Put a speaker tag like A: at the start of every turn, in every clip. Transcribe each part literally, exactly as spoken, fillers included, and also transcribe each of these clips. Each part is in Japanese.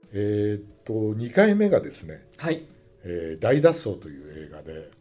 A: えー、っとにかいめがですね、
B: はい。
A: えー大脱走という映画で、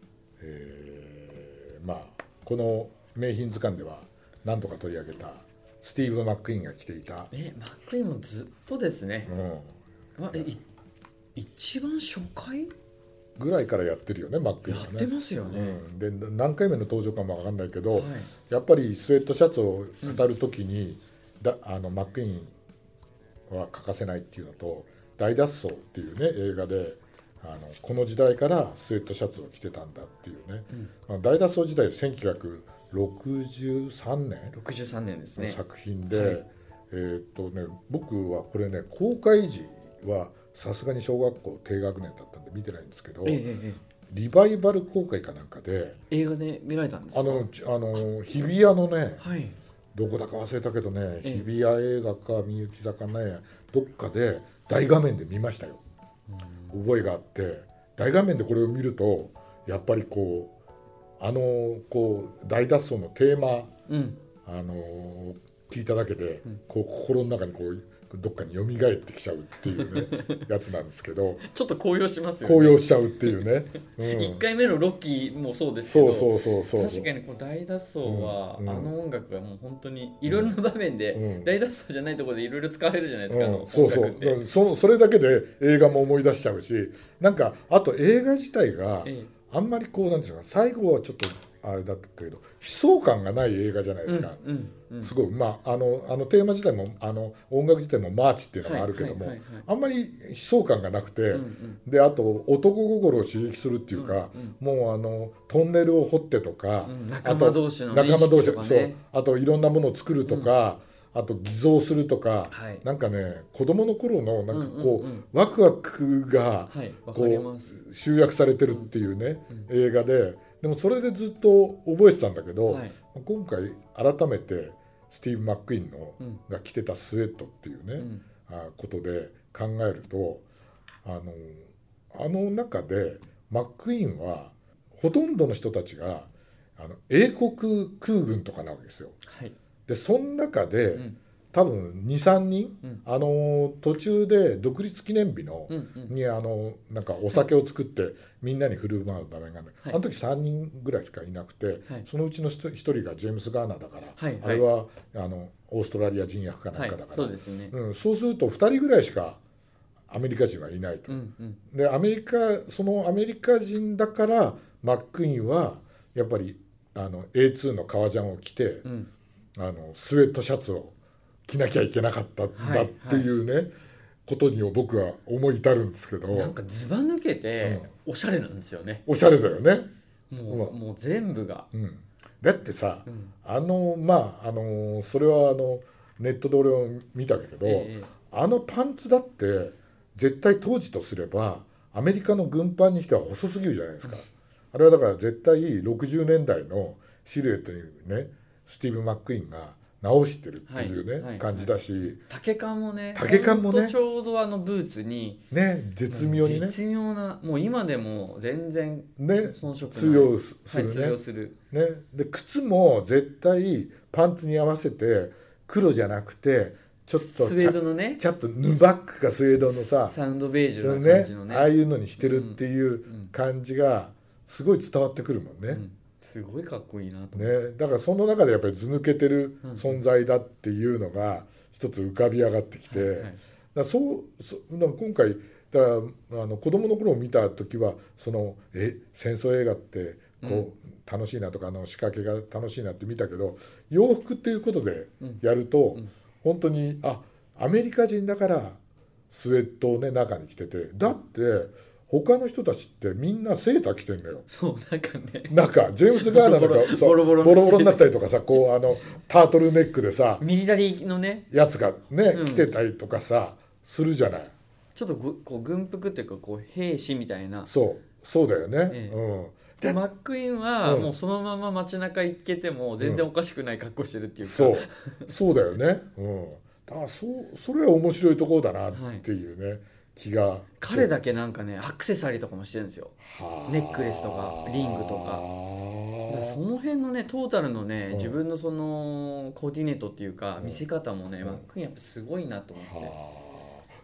A: えーまあこの名品図鑑では何度か取り上げたスティーブ・マックイーンが着ていた、
B: え、マックイーンもずっとですね。
A: うん、
B: あえい一番初回
A: ぐらいからやってるよね、マックイーンはね。
B: やってますよね。
A: うん、で何回目の登場かも分かんないけど、
B: はい。
A: やっぱりスウェットシャツを語るときに、だあのマックイーンは欠かせないっていうのと、大脱走っていうね映画で、あのこの時代からスウェットシャツを着てたんだっていうね、
B: うん、
A: まあ、大脱走時代せんきゅうひゃくろくじゅうさんねん
B: ろくじゅうさんねんですね。
A: の作品で、
B: はい、
A: えーっとね、僕はこれね公開時はさすがに小学校低学年だったんで見てないんですけど、
B: ええええ、
A: リバイバル公開かなんかで、
B: 映画で見られたんですか？
A: あのちあの日比谷のね、
B: はい。
A: どこだか忘れたけどね、
B: ええ
A: 日比谷映画かみゆき坂ね、どっかで大画面で見ましたよ。覚えがあって、大画面でこれを見るとやっぱりこうあのこう大脱走のテーマ、
B: うん。
A: あの聞いただけで、
B: うん、
A: こう心の中にこうどっかに蘇ってきちゃうっていうねやつなんですけど、
B: ちょっと高揚しますよね。
A: 高揚しちゃうっていうね、うん、
B: いっかいめのロッキーもそうですけど、
A: そうそうそうそう、
B: 確かにこう大脱走は、
A: うんうん、
B: あの音楽がもう本当にいろいろな場面で、
A: うん、
B: 大脱走じゃないところでいろいろ使われるじゃないですか、
A: うん、
B: あの
A: そうそ
B: 音楽って。
A: う、そそれだけで映画も思い出しちゃうし、なんかあと映画自体が
B: え
A: あんまりこうなんていうか、最後はちょっとあれだったけど悲壮感がない映画じゃない
B: え、
A: ですか、
B: うんうんうん、
A: すごい、まあ、あのあのテーマ自体もあの音楽自体もマーチっていうのがあるけども、
B: はいはいはいはい、
A: あんまり悲壮感がなくて、
B: うんうん、
A: であと男心を刺激するっていうか、
B: うんうん、
A: もうあのトンネルを掘ってとか、
B: うん、仲間同士の、ね、
A: 仲間同士、
B: 意識とかね、
A: そう、あといろんなものを作るとか、うん、あと偽造するとか、
B: はい、
A: なんかね子供の頃のなんかこう、
B: うんうんうん、
A: ワクワクが、
B: はい、
A: こ
B: う
A: 集約されてるっていうね、
B: うんうん、
A: 映画で、でもそれでずっと覚えてたんだけど、
B: はい、
A: 今回改めてスティーブ・マックイーンの、
B: うん、
A: が着てたスウェットっていうね、うん、あことで考えると、あのあの中でマックイーンはほとんどの人たちがあの英国空軍とかなわけですよ。
B: はい、
A: でその中で、うん、多分 にさんにん、うん、あの途中で独立記念日の、うんうん、にあのなんかお酒を作ってみんなに振る舞う場面がある、はい、あの時さんにんぐらいしかいなくて、はい、そのうちのひとりがジェームス・ガーナーだから、はい、あれはあのオーストラリア人役かなんかだから、はい、そうですね、うん、そうするとふたりぐらいしかアメリカ人はいないと、うんうん、でアメリカそのアメリカ人だからマックイーンはやっぱりあの エーツー の革ジャンを着て、うん、あのスウェットシャツを着なきゃいけなかったんだっていうね、はいはい、ことに僕は思い至るんですけど、
B: なんかずば抜けておしゃれなんですよね、
A: うん、おしゃれだよね、
B: もう、うん、もう全部が、
A: うん、だってさ、うん、あのまああのそれはあのネットで俺を見たけど、えー、あのパンツだって絶対当時とすればアメリカの軍パンにしては細すぎるじゃないですか、うん、あれはだから絶対ろくじゅうねんだいのシルエットにねスティーブ・マックイーンが直してるっていうね、はいはいはい、感じだし、
B: 丈感もね、
A: 丈感もね、
B: ちょうどあのブーツに
A: ね、絶妙にね、
B: 絶妙な、もう今でも全然遜色ない、
A: 通用するね、
B: はい、通用する
A: ね、で靴も絶対パンツに合わせて黒じゃなくてちょっと
B: スウェードのね、
A: ちょっとヌバックかスウェードのさ
B: サウンドベージュな感じの ね,
A: ね、ああいうのにしてるっていう感じがすごい伝わってくるもんね、うんうん、
B: すごいかっこいいなと
A: 思って、ね、だからその中でやっぱり図抜けてる存在だっていうのが一つ浮かび上がってきて、はいはい、だからそうそ今回だからあの子供の頃を見た時はそのえ戦争映画ってこう、うん、楽しいなとかあの仕掛けが楽しいなって見たけど、洋服っていうことでやると、うんうん、本当にあアメリカ人だからスウェットをね中に着てて、だって他の人たちってみんなセーター着てんのよ。
B: そうなんかね、
A: なんかジェームス・ガーナーなんかボロボロボロボロになったりとかさ、こうあのタートルネックでさ
B: ミリタリーのね
A: やつがね、
B: うん、
A: 着てたりとかさするじゃない。
B: ちょっとこう軍服っていうかこう兵士みたいな。
A: そうそうだよね、
B: ええ、うんでマックイーンはもうそのまま街中行けても全然おかしくない格好してるっていうか、
A: うん、そうそうだよね、うん、だからそそれは面白いところだなっていうね、はい、気が。
B: 彼だけなんかねアクセサリーとかもしてるんですよ。ネックレスとかリングとか、だからその辺のねトータルのね、うん、自分のそのコーディネートっていうか、うん、見せ方もね、うん、マックイーンやっぱすごいなと思って。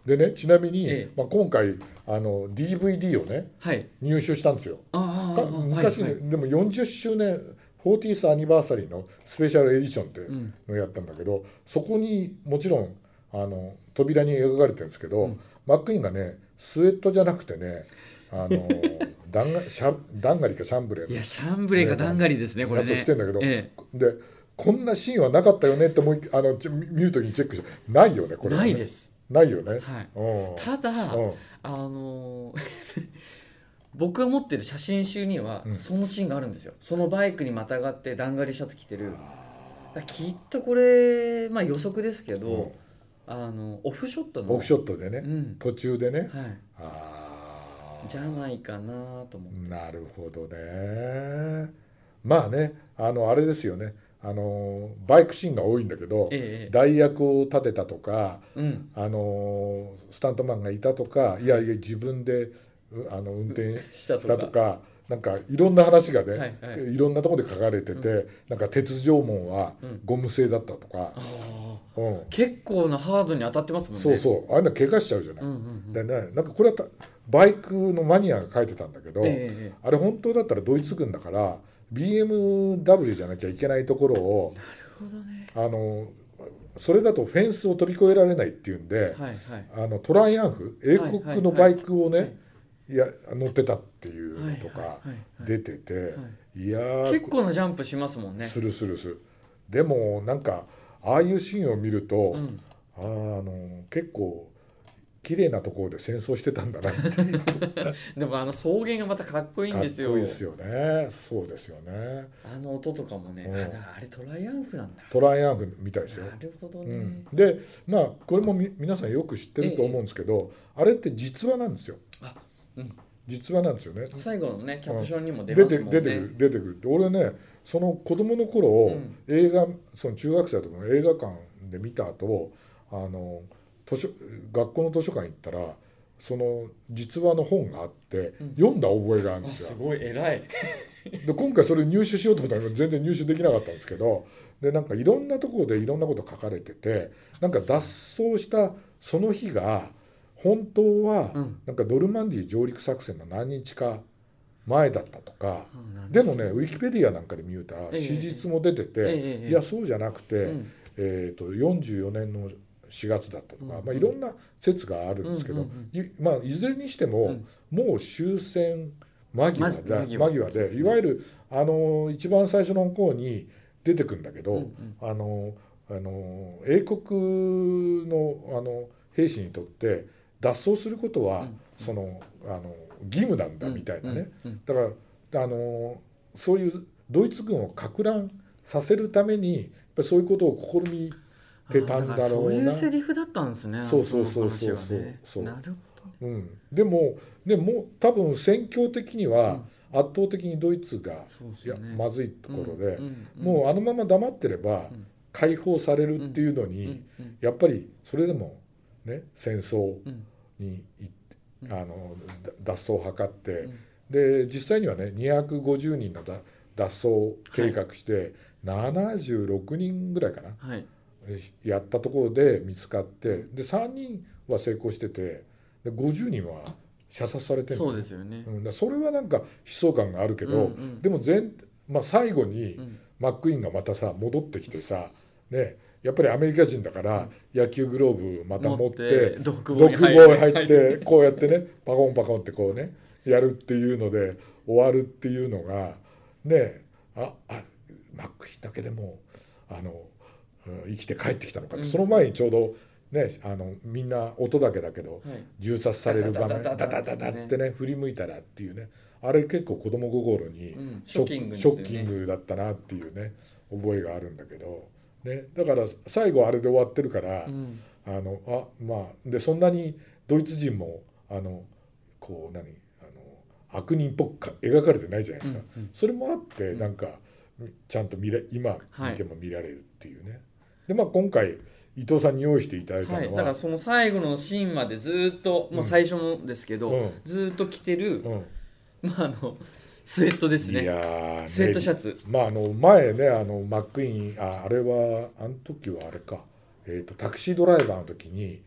A: でね、ちなみに、
B: ええ
A: まあ、今回あの ディーブイディー をね、
B: はい、
A: 入手したんですよ。
B: ああ、
A: 昔、ね、
B: はいはい、
A: でもよんじゅっしゅうねんフォーティースアニバーサリーのスペシャルエディションって
B: うん
A: のをやったんだけど、そこにもちろんあの扉に描かれてるんですけど、
B: うん、
A: マックイーンがねスウェットじゃなくてね、あのダンガシャダンガリかシャンブレー
B: いやシャンブレーかダンガリですねこれね。
A: やつを着てんだけど、
B: え
A: でこんなシーンはなかったよねってもうあのちょ見るときにチェックしてないよねこ
B: え、
A: れはね。
B: ないです。
A: ないよね。
B: はい、
A: うん
B: ただ、
A: うん
B: あのー僕が持ってる写真集には
A: うん
B: そのシーンがあるんですよ。そのバイクにまたがってダンガリシャツ着てる。きっとこれ、まあ、予測ですけど、あのオフショットの
A: オフショットでね、
B: うん、
A: 途中でね、
B: はい、
A: あ
B: じゃないかなと思って。
A: なるほどね。まあね、あのあれですよね、あのバイクシーンが多いんだけど、
B: ええ、
A: 代役を立てたとか、
B: うん、
A: あのスタントマンがいたとか、いやいや自分でうあの運転
B: した
A: した
B: とか
A: とか、なんかいろんな話がね、
B: はいはい
A: いろんなところで書かれてて、なんか鉄条紋は
B: うん
A: ゴム製だったとか、
B: ああ
A: うん、
B: 結構なハードに当たってますもんね。
A: そうそうあれな怪我しちゃうじゃない。
B: うんうんうん
A: でね、なんかこれはたバイクのマニアが書いてたんだけど、
B: ええええ
A: あれ本当だったらドイツ軍だから ビーエムダブリュー じゃなきゃいけないところを
B: なるほどね。
A: あのそれだとフェンスを飛び越えられないっていうんで、
B: はいはい
A: あのトライアンフ英国のバイクをね、
B: はいはい
A: いや乗ってたっていうのとか
B: はいはいはいはい
A: 出てて、
B: はい
A: やー
B: 結構なジャンプしますもんね。
A: するするする。でもなんかああいうシーンを見ると、
B: うん
A: あーあの結構綺麗なところで戦争してたんだなって
B: でもあの草原がまたかっこいいん
A: かっ
B: ですよ。
A: こいいですよね。そうですよね。
B: あの音とかもね、
A: うん
B: あだからあれトライアンフなんだ。
A: トライアンフみたいですよ。
B: なるほどね。
A: うん、でまあこれもみ皆さんよく知ってると思うんですけど、あれって実話なんですよ。
B: あ、うん。
A: 実話なんですよね。
B: 最後のねキャプションにも出
A: 出
B: ますもんね。
A: て出てくる出てくる。で俺ねその子供の頃、
B: うん
A: 映画その中学生だとか映画館で見た後あの図書学校の図書館行ったらその実話の本があって、
B: うん
A: 読んだ覚えがあるん
B: あ
A: ですよ。
B: すごい偉い。
A: で今回それ入手しようと思ったら全然入手できなかったんですけど、でなんかいろんなところでいろんなこと書かれてて、なんか脱走したその日が本当は
B: うん
A: なんかノルマンディー上陸作戦の何日か前だったとか、
B: うんなん
A: でもねウィキペディアなんかで見ると
B: ええ
A: 史実も出てて、
B: ええええ
A: いやそうじゃなくて、
B: うん
A: えー、とよんじゅうよねんのしがつだったとか、
B: うん
A: まあ、いろんな説があるんですけど、
B: うんうん
A: いまあ、いずれにしても、
B: うん
A: もう終戦間際で
B: 間際
A: 間際で、
B: ですね
A: いわゆるあの一番最初の方に出てくるんだけど、
B: うんうん
A: あのあの英国のあの兵士にとって脱走することは、
B: うん
A: そのあの義務なんだみたいなね、
B: うんうん
A: だからあのそういうドイツ軍を撹乱させるためにやっぱりそういうことを試みてたんだろうな。
B: あーからそういうセリフだったんですね。
A: そうそうそうそう
B: あの話はね
A: そう
B: なるほど。
A: うん、でもでも多分戦況的には圧倒的にドイツが、いや
B: そうですよね
A: まずいところで、
B: うんうんうん
A: もうあのまま黙ってれば
B: ん
A: 解放されるっていうのに、
B: うんうん
A: やっぱりそれでもね戦争
B: うん
A: に行ってあのだ脱走を図って、
B: うん
A: で実際にはねにひゃくごじゅうにんのだ脱走を計画して、ななじゅうろくにんぐらいかな、
B: はい
A: やったところで見つかってでさんにんは成功しててでごじゅうにんは射殺されてる
B: そうですよね。
A: うん、だからそれはなんか悲壮感があるけど、
B: うんうん
A: でも全、まあ、最後に
B: うん
A: マックイーンがまたさ戻ってきてさ、ね、やっぱりアメリカ人だから野球グローブまた持って
B: 独
A: 独房へ入っ
B: はい
A: てこうやってねパコンパコンってこうねやるっていうので終わるっていうのがねああマックイーンだけでもあのうん生きて帰ってきたのかって、
B: うん
A: その前にちょうどねあのみんな音だけだけど
B: はい
A: 銃殺される場面
B: ダ
A: ダダ
B: ダダダダ
A: ダダってね振り向いたらっていうねあれ結構子供心に
B: うん
A: ショッ
B: ショッキングです
A: ショ
B: よね
A: ッキングだったなっていうね覚えがあるんだけど、ね、だから最後あれで終わってるから、
B: うん
A: あのあまあでそんなにドイツ人もあのこう何あの悪人っぽく描かれてないじゃないですか、
B: うんうん
A: それもあって
B: ん
A: なんかちゃんと見れ今
B: はい
A: 見ても見られるっていうね、でまあ今回伊藤さんに用意していただいた
B: はい、
A: のは、
B: だからその最後のシーンまでずっと、もう最初のですけど、
A: うん
B: ずっと着てる、
A: うん
B: まあ、あのスウェットですね。
A: いやー
B: スウェットシャツ。
A: まああの前ねあのマックイーンああれはあの時はあれか、えー、とタクシードライバーの時に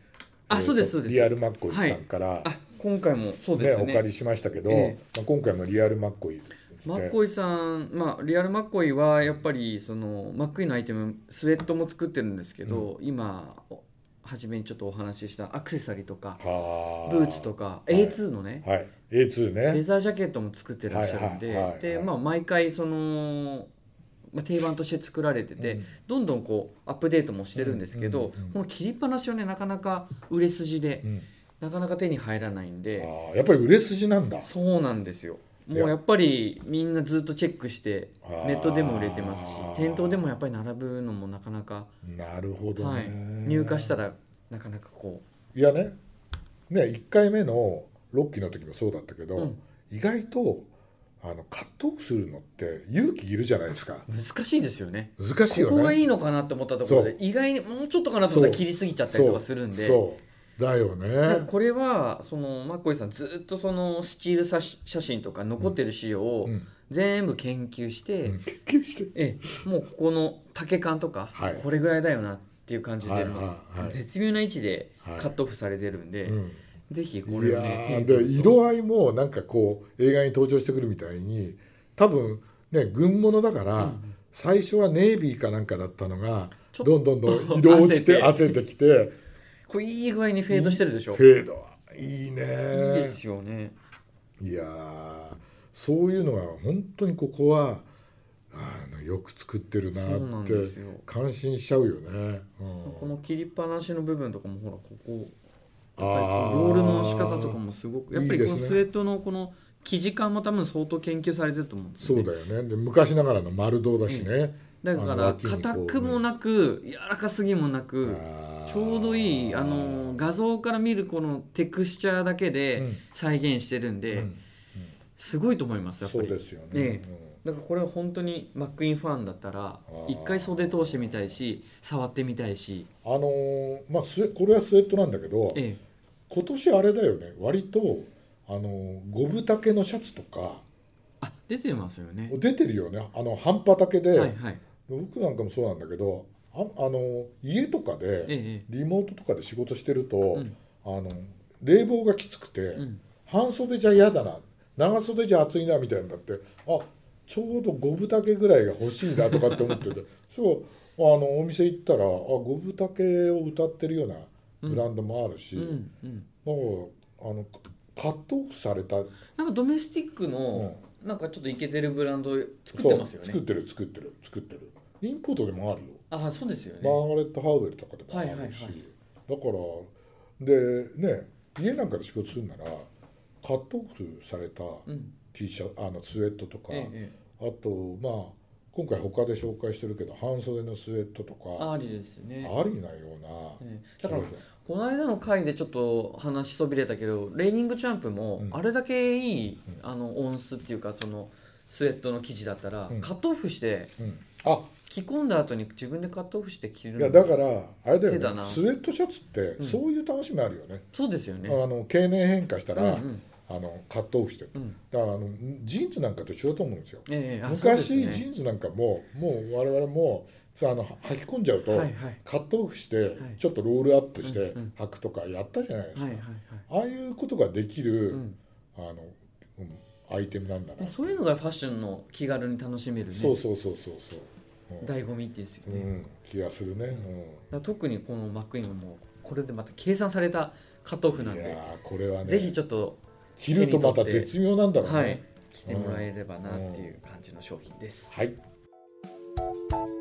B: あ、そうですそうです。
A: リアルマッコイさんから、
B: はい、あ今回もそうですね、
A: ねお借りしましたけど、
B: え
A: まあ、今回もリアルマッコイですね。
B: マッコイさん、まあ、リアルマッコイはやっぱりそのマックイのアイテムスウェットも作ってるんですけど、うん、今初めにちょっとお話ししたアクセサリーとかブーツとか エーツー のね、
A: はいはい、エーツー ね
B: レザージャケットも作ってらっしゃるんで、はいはいはいはい、で、まあ、毎回その、まあ、定番として作られてて、うん、どんどんこうアップデートもしてるんですけど、うんうんうん、この切りっぱなしはねなかなか売れ筋で、うん、なかなか手に入らないんで。
A: あやっぱり売れ筋なんだ。
B: そうなんですよ。もうやっぱりみんなずっとチェックしてネットでも売れてますし、店頭でもやっぱり並ぶのもなかなか。
A: なるほどね、はい、
B: 入荷したらなかなかこ
A: ういやねねいっかいめのロッキーの時もそうだったけど、うん、意外とあのカットオフするのって勇気いるじゃないですか。
B: 難しいですよね。
A: 難しいよね。
B: ここがいいのかなと思ったところで意外にもうちょっとかなと思ったら切りすぎちゃったりとかするんで。
A: そうそうだよね。
B: これはそのマッコイさんずっとそのスチール写真とか残ってる資料を全部研究して、うんうん、
A: 研究して
B: えもうここの丈感とか、はい、これぐらいだよなっていう感じで、はいはいはい、絶妙な位置でカットオフされてるんで、はいうん、ぜひこれをね
A: で色合いもなんかこう映画に登場してくるみたいに多分ね軍物だから、うん、最初はネイビーかなんかだったのがどんどんどん色落ちて汗てきて
B: これいい具合にフェードしてるでしょ。
A: フェードいいね。いい
B: ですよね。
A: いやそういうのは本当にここはあのよく作ってるなって感心しちゃうよね。うん、
B: この切りっぱなしの部分とかもほらここロールの仕方とかもすごくやっぱりこのスウェットのこの生地感も多分相当研究されてると思うんですよね。
A: そうだよね。で昔ながらの丸胴だしね。うん
B: だから硬くもなく柔らかすぎもなくちょうどいいあの画像から見るこのテクスチャーだけで再現してるんで、うんうんうん、すごいと思いますやっぱり。
A: そうですよね。
B: ねだからこれは本当にマックインファンだったら一回袖通してみたいし触ってみたいし
A: あのー、まあスこれはスウェットなんだけど、ええ、今年あれだよね割とあのー、五分丈のシャツとか
B: あ出てますよね。
A: 出てるよね。あの半端丈で、
B: はいはい
A: 僕なんかもそうなんだけど あ, あの家とかでリモートとかで仕事してると、ええ、あの冷房がきつくて、うん、半袖じゃ嫌だな長袖じゃ暑いなみたいになってあちょうど五分丈ぐらいが欲しいなとかって思っててそうあのお店行ったらあ五分丈を歌ってるようなブランドもあるし、うんうんうん、だからあのカットオフされた
B: なんかドメスティックの、うん、なんかちょっとイケてるブランド作ってますよね。
A: 作ってる作ってる作ってるインポートでもあるよ。
B: あそうですよね。
A: マーガレット・ハウエルとかでもあるし、はいはいはい、だからでね家なんかで仕事するならカットオフされた T シャツ、うん、あのスウェットとか、ええ、あとまあ今回他で紹介してるけど半袖のスウェットとか
B: ありですね。
A: ありなような、
B: ええ、だからこの間の回でちょっと話しそびれたけどレーニングチャンプもあれだけいい、うん、あの音質っていうかそのスウェットの生地だったら、うん、カットオフして、うん、あ着込んだ後に自分でカットオフして着るの。
A: いやだからあれだよねスウェットシャツってそういう楽しみあるよね、うん、
B: そうですよね。
A: あの経年変化したら、うんうん、あのカットオフしてる、うん、だからあのジーンズなんかと一緒だと思うんですよ、えー、昔、ね、ジーンズなんかももう我々もあの履き込んじゃうと、はいはい、カットオフして、はい、ちょっとロールアップして履くとかやったじゃないですか、はいはいはい、ああいうことができる、うん、あの、うん、アイテムなんだな。
B: そういうのがファッションの気軽に楽しめるね。
A: そうそうそうそうそう
B: うん、醍醐味ってですよね、
A: うん、気がするね、
B: うん、特にこのマックインはもうこれでまた計算されたカットオフなんで、
A: いやこれはね
B: ぜひちょっと
A: 着るとまた絶妙なんだろうね、
B: はい、着てもらえればなっていう感じの商品です、
A: うん、はい。